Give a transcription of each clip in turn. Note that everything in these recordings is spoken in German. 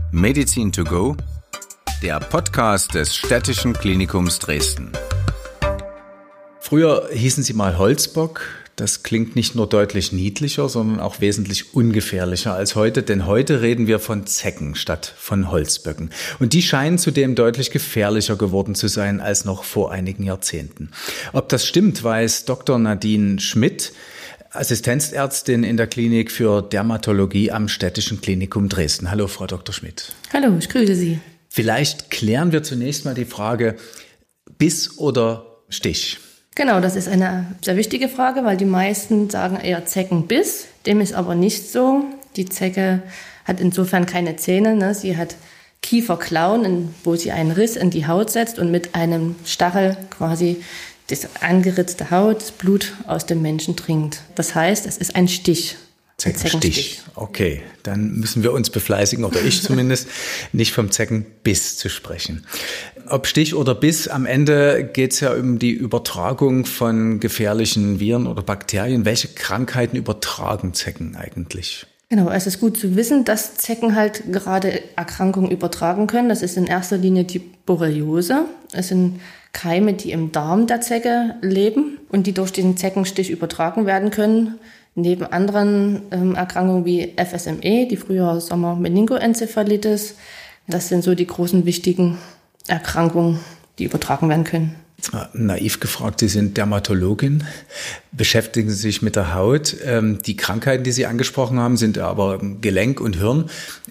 Medizin to go, der Podcast des Städtischen Klinikums Dresden. Früher hießen sie mal Holzbock. Das klingt nicht nur deutlich niedlicher, sondern auch wesentlich ungefährlicher als heute, denn heute reden wir von Zecken statt von Holzböcken. Und die scheinen zudem deutlich gefährlicher geworden zu sein als noch vor einigen Jahrzehnten. Ob das stimmt, weiß Dr. Nadine Schmidt, Assistenzärztin in der Klinik für Dermatologie am Städtischen Klinikum Dresden. Hallo, Frau Dr. Schmidt. Hallo, ich grüße Sie. Vielleicht klären wir zunächst mal die Frage, Biss oder Stich? Genau, das ist eine sehr wichtige Frage, weil die meisten sagen eher Zeckenbiss. Dem ist aber nicht so. Die Zecke hat insofern keine Zähne. Sie hat Kieferklauen, wo sie einen Riss in die Haut setzt und mit einem Stachel quasi das angeritzte Haut, das Blut aus dem Menschen trinkt. Das heißt, es ist ein Stich. Zeckenstich. Okay, dann müssen wir uns befleißigen, oder ich zumindest, nicht vom Zeckenbiss zu sprechen. Ob Stich oder Biss, am Ende geht es ja um die Übertragung von gefährlichen Viren oder Bakterien. Welche Krankheiten übertragen Zecken eigentlich? Genau, es ist gut zu wissen, dass Zecken halt gerade Erkrankungen übertragen können. Das ist in erster Linie die Borreliose. Es sind Keime, die im Darm der Zecke leben und die durch den Zeckenstich übertragen werden können. Neben anderen Erkrankungen wie FSME, die frühere Sommer-Meningoenzephalitis, das sind so die großen wichtigen Erkrankungen, die übertragen werden können. Naiv gefragt, Sie sind Dermatologin, beschäftigen Sie sich mit der Haut. Die Krankheiten, die Sie angesprochen haben, sind aber Gelenk und Hirn.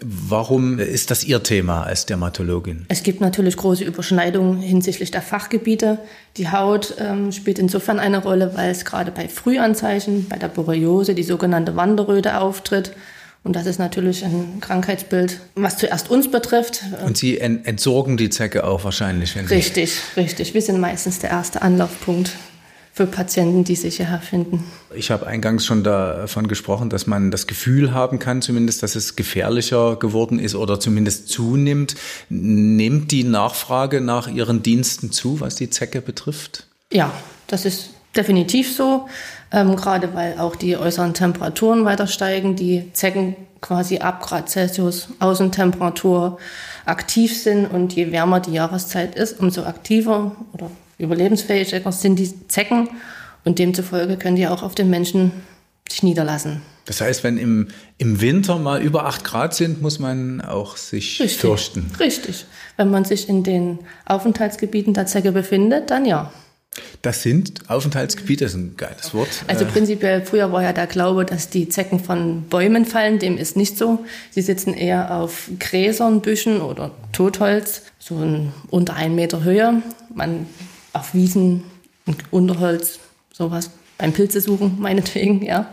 Warum ist das Ihr Thema als Dermatologin? Es gibt natürlich große Überschneidungen hinsichtlich der Fachgebiete. Die Haut spielt insofern eine Rolle, weil es gerade bei Frühanzeichen, bei der Borreliose, die sogenannte Wanderröte auftritt. Und das ist natürlich ein Krankheitsbild, was zuerst uns betrifft. Und Sie entsorgen die Zecke auch wahrscheinlich? Wenn richtig. Wir sind meistens der erste Anlaufpunkt für Patienten, die sich hierher finden. Ich habe eingangs schon davon gesprochen, dass man das Gefühl haben kann, zumindest, dass es gefährlicher geworden ist oder zumindest zunimmt. Nimmt die Nachfrage nach Ihren Diensten zu, was die Zecke betrifft? Ja, das ist definitiv so. Gerade weil auch die äußeren Temperaturen weiter steigen, die Zecken quasi ab Grad Celsius Außentemperatur aktiv sind und je wärmer die Jahreszeit ist, umso aktiver oder überlebensfähiger sind die Zecken und demzufolge können die auch auf den Menschen sich niederlassen. Das heißt, wenn im Winter mal über 8 Grad sind, muss man auch sich fürchten. Richtig. Wenn man sich in den Aufenthaltsgebieten der Zecke befindet, dann ja. Das sind Aufenthaltsgebiete, das ist ein geiles Wort. Also prinzipiell, früher war ja der Glaube, dass die Zecken von Bäumen fallen, dem ist nicht so. Sie sitzen eher auf Gräsern, Büschen oder Totholz, so unter 1 Meter Höhe. Man auf Wiesen und Unterholz, sowas, beim Pilze suchen meinetwegen, ja.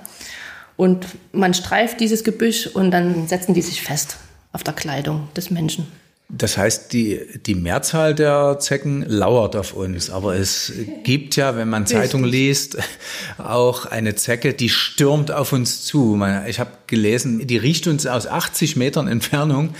Und man streift dieses Gebüsch und dann setzen die sich fest auf der Kleidung des Menschen. Das heißt, die Mehrzahl der Zecken lauert auf uns. Aber es gibt ja, wenn man Zeitung liest, auch eine Zecke, die stürmt auf uns zu. Ich habe gelesen, die riecht uns aus 80 Metern Entfernung.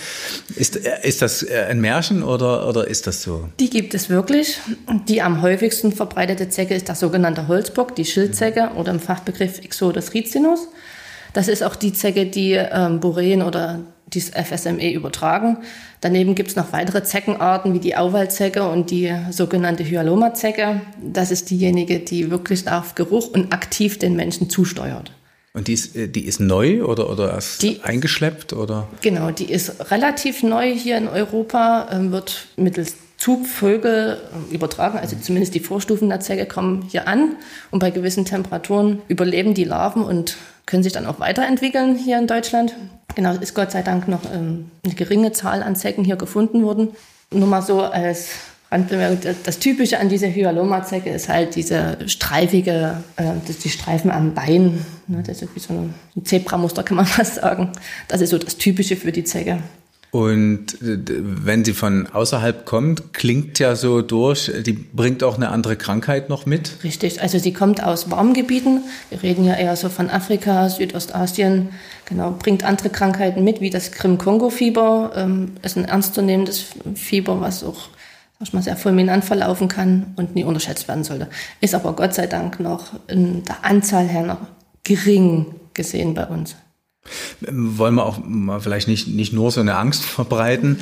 Ist das ein Märchen oder ist das so? Die gibt es wirklich. Die am häufigsten verbreitete Zecke ist der sogenannte Holzbock, die Schildzecke oder im Fachbegriff Ixodes ricinus. Das ist auch die Zecke, die Borrelien oder das FSME übertragen. Daneben gibt es noch weitere Zeckenarten wie die Auwaldzecke und die sogenannte Hyaloma-Zecke. Das ist diejenige, die wirklich auf Geruch und aktiv den Menschen zusteuert. Und die ist neu oder erst eingeschleppt? Oder? Genau, die ist relativ neu hier in Europa, wird mittels Zugvögel übertragen, also zumindest die Vorstufen der Zecke kommen hier an und bei gewissen Temperaturen überleben die Larven und können sich dann auch weiterentwickeln hier in Deutschland. Genau, ist Gott sei Dank noch eine geringe Zahl an Zecken hier gefunden worden. Nur mal so als Randbemerkung, das Typische an dieser Hyaloma-Zecke ist halt diese streifige, die Streifen am Bein. Das ist wie so ein Zebramuster, kann man fast sagen. Das ist so das Typische für die Zecke. Und wenn sie von außerhalb kommt, klingt ja so durch, die bringt auch eine andere Krankheit noch mit? Richtig, also sie kommt aus Warmgebieten. Wir reden ja eher so von Afrika, Südostasien. Genau, bringt andere Krankheiten mit, wie das Krim-Kongo-Fieber. Ist ein ernstzunehmendes Fieber, was auch sehr fulminant verlaufen kann und nie unterschätzt werden sollte. Ist aber Gott sei Dank noch in der Anzahl her noch gering gesehen bei uns. Wollen wir auch mal vielleicht nicht nur so eine Angst verbreiten.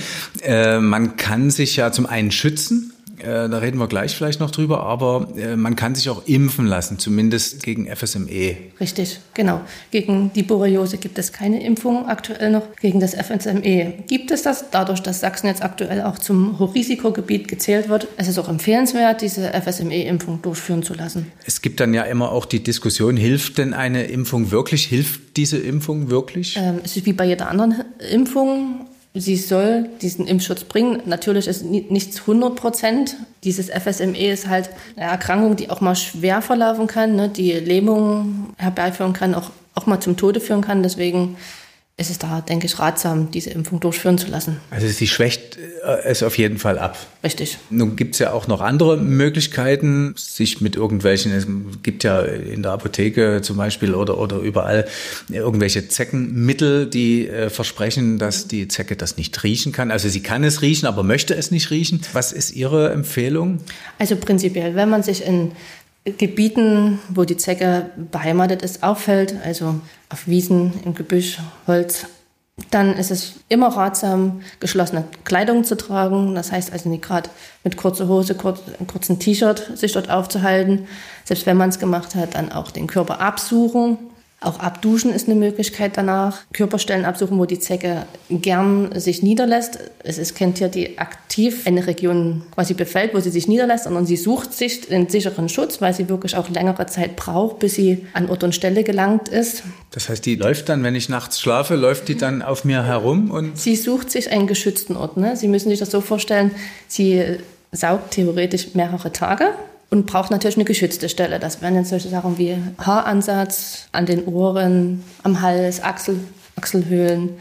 Man kann sich ja zum einen schützen, da reden wir gleich vielleicht noch drüber, aber man kann sich auch impfen lassen, zumindest gegen FSME. Richtig, genau. Gegen die Borreliose gibt es keine Impfung aktuell noch. Gegen das FSME gibt es das, dadurch, dass Sachsen jetzt aktuell auch zum Hochrisikogebiet gezählt wird. Es ist auch empfehlenswert, diese FSME-Impfung durchführen zu lassen. Es gibt dann ja immer auch die Diskussion, hilft denn eine Impfung wirklich? Hilft diese Impfung wirklich? Es ist wie bei jeder anderen Impfung. Sie soll diesen Impfschutz bringen. Natürlich ist nichts 100%. Dieses FSME ist halt eine Erkrankung, die auch mal schwer verlaufen kann, ne, die Lähmung herbeiführen kann, auch mal zum Tode führen kann. Deswegen ist es da, denke ich, ratsam, diese Impfung durchführen zu lassen. Also sie schwächt es auf jeden Fall ab. Richtig. Nun gibt es ja auch noch andere Möglichkeiten, sich mit irgendwelchen, es gibt ja in der Apotheke zum Beispiel oder überall irgendwelche Zeckenmittel, die versprechen, dass die Zecke das nicht riechen kann. Also sie kann es riechen, aber möchte es nicht riechen. Was ist Ihre Empfehlung? Also prinzipiell, wenn man sich in Gebieten, wo die Zecke beheimatet ist, auffällt, also auf Wiesen, im Gebüsch, Holz, dann ist es immer ratsam, geschlossene Kleidung zu tragen. Das heißt also nicht gerade mit kurzer Hose, kurzen T-Shirt sich dort aufzuhalten. Selbst wenn man es gemacht hat, dann auch den Körper absuchen. Auch abduschen ist eine Möglichkeit danach. Körperstellen absuchen, wo die Zecke gern sich niederlässt. Es ist kein Tier, die aktiv eine Region quasi befällt, wo sie sich niederlässt, sondern sie sucht sich den sicheren Schutz, weil sie wirklich auch längere Zeit braucht, bis sie an Ort und Stelle gelangt ist. Das heißt, die läuft dann, wenn ich nachts schlafe, läuft die dann auf mir herum? Und sie sucht sich einen geschützten Ort. Ne? Sie müssen sich das so vorstellen, sie saugt theoretisch mehrere Tage und braucht natürlich eine geschützte Stelle. Das wären jetzt solche Sachen wie Haaransatz an den Ohren, am Hals, Achselhöhlen,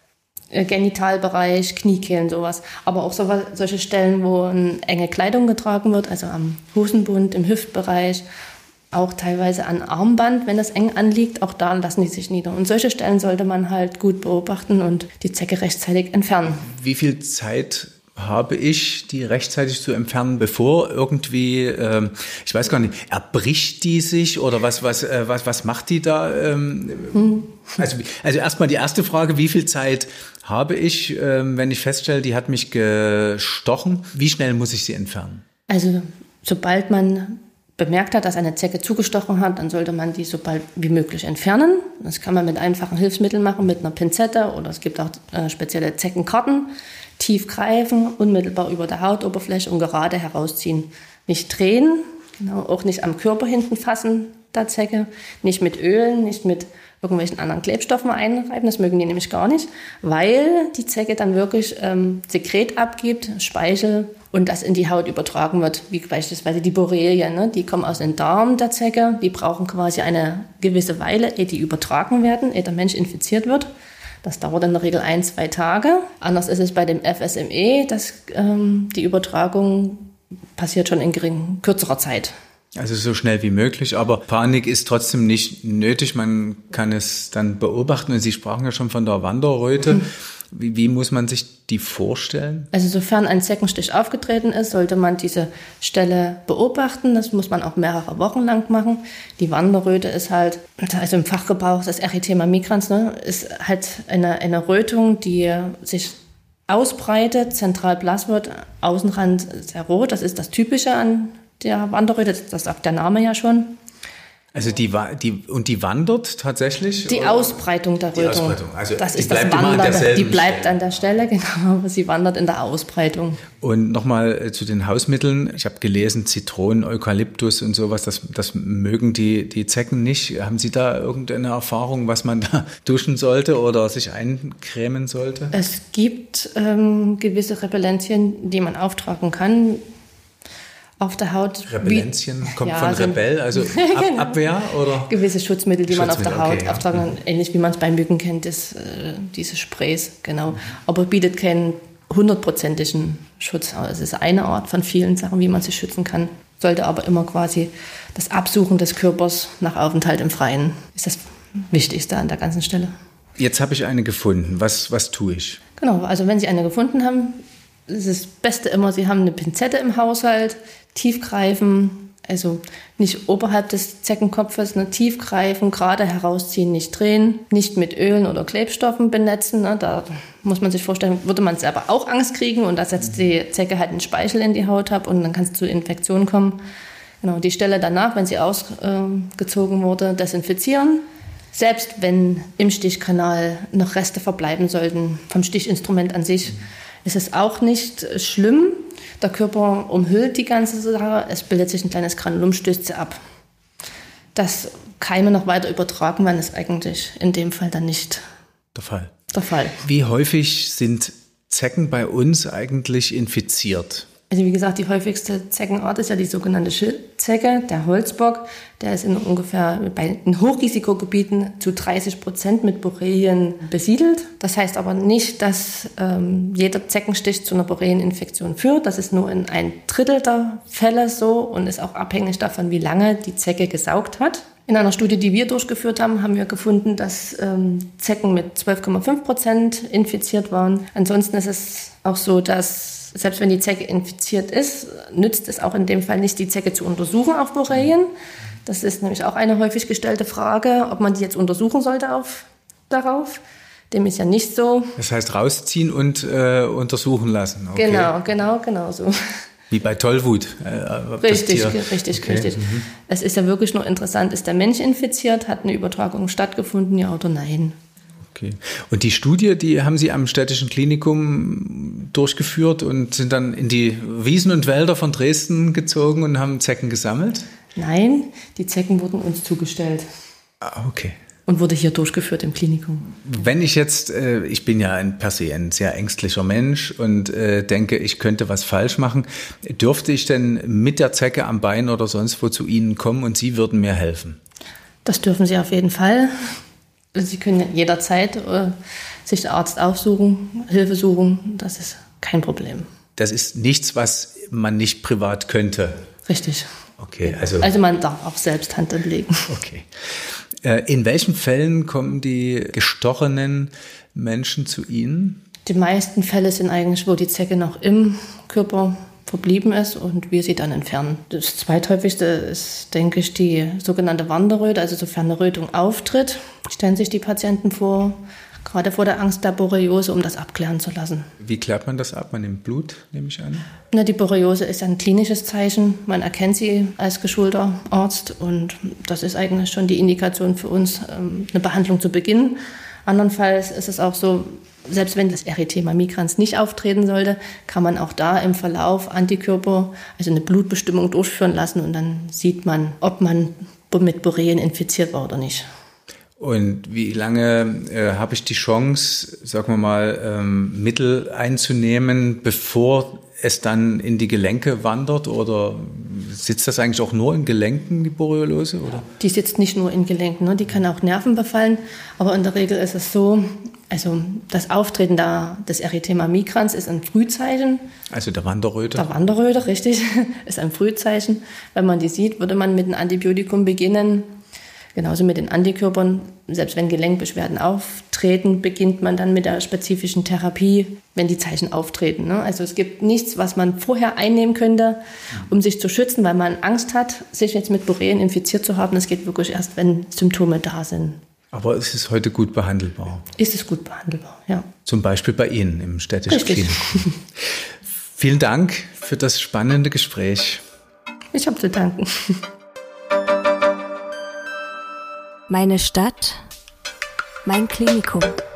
Genitalbereich, Kniekehlen, sowas. Aber auch solche Stellen, wo eine enge Kleidung getragen wird, also am Hosenbund, im Hüftbereich, auch teilweise an Armband, wenn das eng anliegt, auch da lassen die sich nieder. Und solche Stellen sollte man halt gut beobachten und die Zecke rechtzeitig entfernen. Wie viel Zeit habe ich, die rechtzeitig zu entfernen, bevor irgendwie, ich weiß gar nicht, erbricht die sich oder was macht die da? Also erstmal die erste Frage, wie viel Zeit habe ich, wenn ich feststelle, die hat mich gestochen, wie schnell muss ich sie entfernen? Also sobald man bemerkt hat, dass eine Zecke zugestochen hat, dann sollte man die so bald wie möglich entfernen. Das kann man mit einfachen Hilfsmitteln machen, mit einer Pinzette oder es gibt auch spezielle Zeckenkarten. Tief greifen, unmittelbar über der Hautoberfläche und gerade herausziehen. Nicht drehen, genau, auch nicht am Körper hinten fassen, der Zecke. Nicht mit Ölen, nicht mit irgendwelchen anderen Klebstoffen einreiben, das mögen die nämlich gar nicht, weil die Zecke dann wirklich Sekret abgibt, Speichel und das in die Haut übertragen wird, wie beispielsweise die Borrelien. Ne? Die kommen aus dem Darm der Zecke, die brauchen quasi eine gewisse Weile, ehe die übertragen werden, ehe der Mensch infiziert wird. Das dauert in der Regel 1-2 Tage. Anders ist es bei dem FSME, dass die Übertragung passiert schon in kürzerer Zeit. Also so schnell wie möglich, aber Panik ist trotzdem nicht nötig. Man kann es dann beobachten. Und Sie sprachen ja schon von der Wanderröte. Wie muss man sich die vorstellen? Also sofern ein Zeckenstich aufgetreten ist, sollte man diese Stelle beobachten. Das muss man auch mehrere Wochen lang machen. Die Wanderröte ist halt, also im Fachgebrauch das Erythema migrans, ne, ist halt eine Rötung, die sich ausbreitet, zentral blass wird, Außenrand sehr rot. Das ist das Typische an der Wanderröte, das sagt der Name ja schon. Also die wandert tatsächlich? Die Ausbreitung der Rötung. Die Ausbreitung. Also das ist das Wandern. Die bleibt an der Stelle, genau, aber sie wandert in der Ausbreitung. Und nochmal zu den Hausmitteln. Ich habe gelesen, Zitronen, Eukalyptus und sowas, das mögen die Zecken nicht. Haben Sie da irgendeine Erfahrung, was man da duschen sollte oder sich eincremen sollte? Es gibt gewisse Repellenzien, die man auftragen kann. Auf der Haut. Repellenzien kommt von Rebell, also Abwehr oder? Gewisse Schutzmittel, die man auf der Haut auftragen kann, ähnlich wie man es bei Mücken kennt, diese Sprays, genau. Aber bietet keinen 100%igen Schutz. Es ist eine Art von vielen Sachen, wie man sich schützen kann. Sollte aber immer quasi das Absuchen des Körpers nach Aufenthalt im Freien ist das Wichtigste an der ganzen Stelle. Jetzt habe ich eine gefunden. Was tue ich? Genau, also wenn Sie eine gefunden haben, ist das Beste immer, Sie haben eine Pinzette im Haushalt, tief greifen, Also nicht oberhalb des Zeckenkopfes, tief greifen, gerade herausziehen, nicht drehen, nicht mit Ölen oder Klebstoffen benetzen. Da muss man sich vorstellen, würde man selber auch Angst kriegen und da setzt die Zecke halt einen Speichel in die Haut ab und dann kann es zu Infektionen kommen. Genau, die Stelle danach, wenn sie ausgezogen wurde, desinfizieren. Selbst wenn im Stichkanal noch Reste verbleiben sollten vom Stichinstrument an sich, ist es auch nicht schlimm. Der Körper umhüllt die ganze Sache, es bildet sich ein kleines Granulum, stößt sie ab. Dass Keime noch weiter übertragen werden, ist eigentlich in dem Fall dann nicht der Fall. Wie häufig sind Zecken bei uns eigentlich infiziert? Also wie gesagt, die häufigste Zeckenart ist ja die sogenannte Schildzecke, der Holzbock. Der ist in Hochrisikogebieten zu 30% mit Borrelien besiedelt. Das heißt aber nicht, dass jeder Zeckenstich zu einer Borrelieninfektion führt. Das ist nur in 1/3 der Fälle so und ist auch abhängig davon, wie lange die Zecke gesaugt hat. In einer Studie, die wir durchgeführt haben, haben wir gefunden, dass Zecken mit 12,5% infiziert waren. Ansonsten ist es auch so, dass selbst wenn die Zecke infiziert ist, nützt es auch in dem Fall nicht, die Zecke zu untersuchen auf Borrelien. Das ist nämlich auch eine häufig gestellte Frage, ob man die jetzt untersuchen sollte darauf. Dem ist ja nicht so. Das heißt rausziehen und untersuchen lassen. Okay. Genau so. Wie bei Tollwut. Richtig. Mhm. Es ist ja wirklich nur interessant, ist der Mensch infiziert, hat eine Übertragung stattgefunden, ja oder nein? Okay. Und die Studie, die haben Sie am Städtischen Klinikum durchgeführt und sind dann in die Wiesen und Wälder von Dresden gezogen und haben Zecken gesammelt? Nein, die Zecken wurden uns zugestellt. Okay. Und wurde hier durchgeführt im Klinikum. Wenn ich jetzt, ich bin ja per se ein sehr ängstlicher Mensch und denke, ich könnte was falsch machen, dürfte ich denn mit der Zecke am Bein oder sonst wo zu Ihnen kommen und Sie würden mir helfen? Das dürfen Sie auf jeden Fall. Sie können jederzeit sich einen Arzt aufsuchen, Hilfe suchen, das ist kein Problem. Das ist nichts, was man nicht privat könnte? Richtig. Okay, also man darf auch selbst Hand anlegen. Okay. In welchen Fällen kommen die gestochenen Menschen zu Ihnen? Die meisten Fälle sind eigentlich, wo die Zecke noch im Körper verblieben ist und wir sie dann entfernen. Das zweithäufigste ist, denke ich, die sogenannte Wanderröte, also sofern eine Rötung auftritt, stellen sich die Patienten vor, gerade vor der Angst der Borreliose, um das abklären zu lassen. Wie klärt man das ab? Man nimmt Blut, nehme ich an? Die Borreliose ist ein klinisches Zeichen. Man erkennt sie als geschulter Arzt und das ist eigentlich schon die Indikation für uns, eine Behandlung zu beginnen. Andernfalls ist es auch so, selbst wenn das Erythema migrans nicht auftreten sollte, kann man auch da im Verlauf Antikörper, also eine Blutbestimmung durchführen lassen und dann sieht man, ob man mit Borrelien infiziert war oder nicht. Und wie lange habe ich die Chance, sagen wir mal, Mittel einzunehmen, bevor es dann in die Gelenke wandert? Oder sitzt das eigentlich auch nur in Gelenken, die Borreliose? Oder? Die sitzt nicht nur in Gelenken, die kann auch Nerven befallen. Aber in der Regel ist es so, also das Auftreten des Erythema migrans ist ein Frühzeichen. Also der Wanderröte? Der Wanderröte, richtig, ist ein Frühzeichen. Wenn man die sieht, würde man mit einem Antibiotikum beginnen. Genauso mit den Antikörpern. Selbst wenn Gelenkbeschwerden auftreten, beginnt man dann mit der spezifischen Therapie, wenn die Zeichen auftreten. Also es gibt nichts, was man vorher einnehmen könnte, um sich zu schützen, weil man Angst hat, sich jetzt mit Borrelien infiziert zu haben. Das geht wirklich erst, wenn Symptome da sind. Aber es ist heute gut behandelbar? Ist es gut behandelbar, ja. Zum Beispiel bei Ihnen im Städtischen Klinikum. Vielen Dank für das spannende Gespräch. Ich habe zu danken. Meine Stadt, mein Klinikum.